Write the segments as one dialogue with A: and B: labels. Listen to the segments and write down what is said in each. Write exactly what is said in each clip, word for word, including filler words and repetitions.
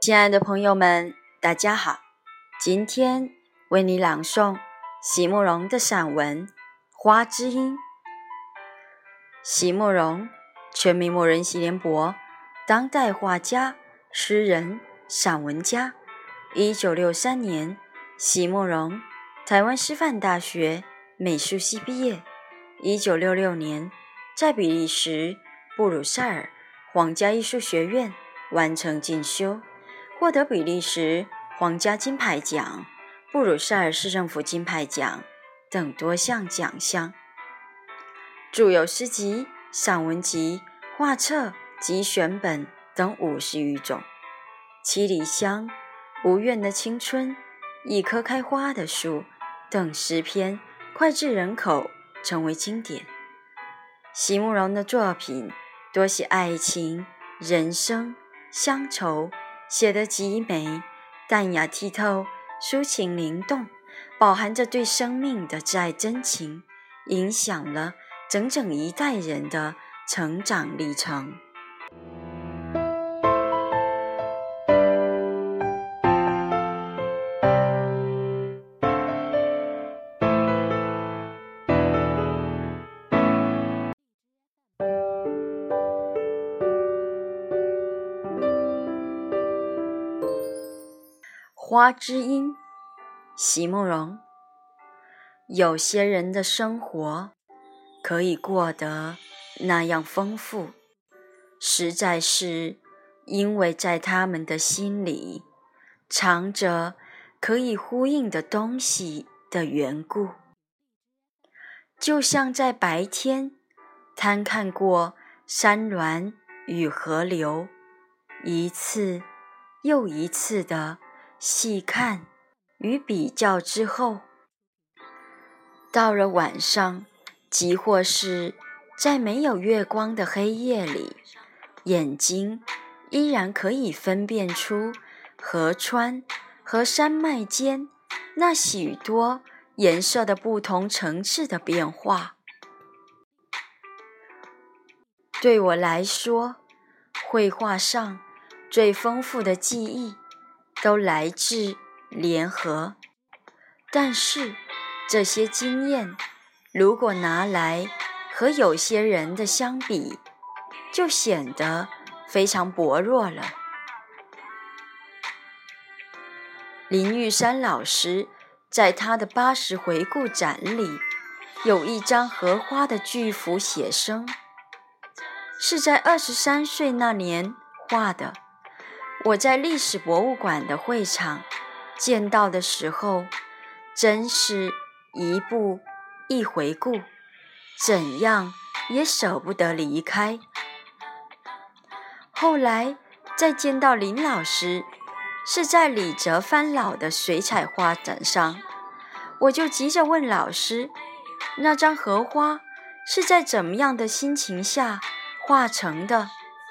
A: 亲爱的朋友们，大家好，今天为你朗诵席慕容的散文《花之音》。席慕容，全名慕人席联博，当代画家、诗人、散文家。一九六三年，席慕容台湾师范大学美术系毕业。一九六六年，在比利时布鲁塞尔皇家艺术学院完成进修，获得比利时皇家金牌奖、布鲁塞尔市政府金牌奖等多项奖项。著有诗集、散文集、画册及选本等五十余种。七里香、无怨的青春、一棵开花的树等诗篇脍炙人口，成为经典。席慕容的作品多写爱情、人生、乡愁，写得极美，淡雅剔透，抒情灵动，饱含着对生命的挚爱真情，影响了整整一代人的成长历程。花之音，席慕容。有些人的生活可以过得那样丰富，实在是因为在他们的心里藏着可以呼应的东西的缘故。就像在白天贪看过山峦与河流，一次又一次的细看与比较之后，到了晚上，即或是在没有月光的黑夜里，眼睛依然可以分辨出河川和山脉间那许多颜色的不同层次的变化。对我来说，绘画上最丰富的记忆都来自联合，但是这些经验如果拿来和有些人的相比，就显得非常薄弱了。林玉山老师在他的八十回顾展里有一张荷花的巨幅写生，是在二十三岁那年画的。我在历史博物馆的会场见到的时候，真是一步一回顾，怎样也舍不得离开。后来再见到林老师，是在李泽藩老的水彩画展上，我就急着问老师，那张荷花是在怎么样的心情下画成的？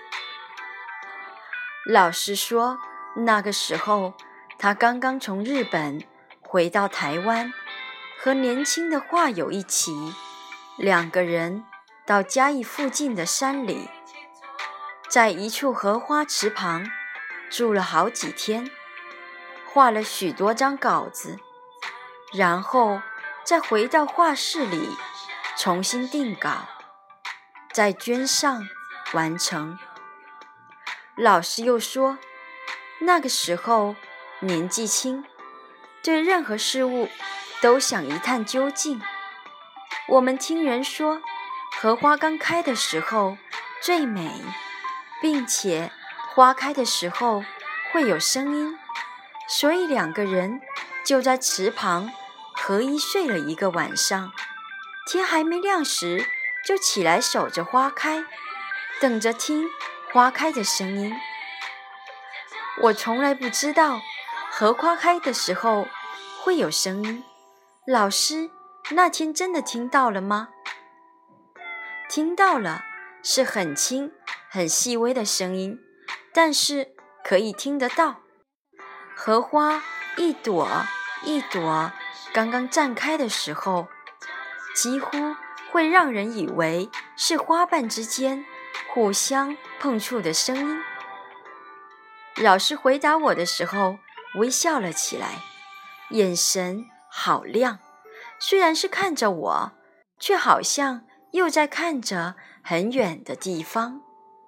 A: 老师说，那个时候他刚刚从日本回到台湾，和年轻的画友一起，两个人到嘉义附近的山里，在一处荷花池旁住了好几天，画了许多张稿子，然后再回到画室里重新定稿，再捐上完成。老师又说，那个时候年纪轻，对任何事物都想一探究竟。我们听人说，荷花刚开的时候最美，并且花开的时候会有声音，所以两个人就在池旁合衣睡了一个晚上，天还没亮时就起来守着花开，等着听花开的声音。我从来不知道荷花开的时候会有声音，老师那天真的听到了吗？听到了，是很轻很细微的声音，但是可以听得到。荷花一朵一朵刚刚绽开的时候，几乎会让人以为是花瓣之间互相碰触的声音。 老师回答我的时候微笑了起来，眼神好亮，虽然是看着我，却好像又在看着很远的地方。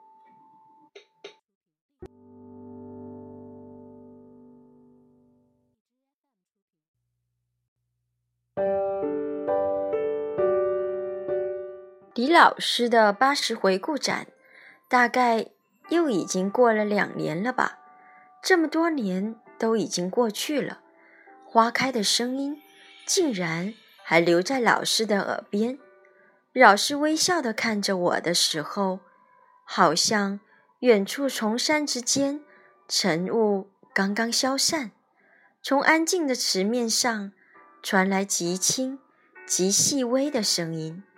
A: 离老师的八十回顾展大概又已经过了两年了吧，这么多年都已经过去了，花开的声音竟然还留在老师的耳边。老师微笑地看着我的时候，好像远处崇山之间晨雾刚刚消散，从安静的池面上传来极轻极细微的声音。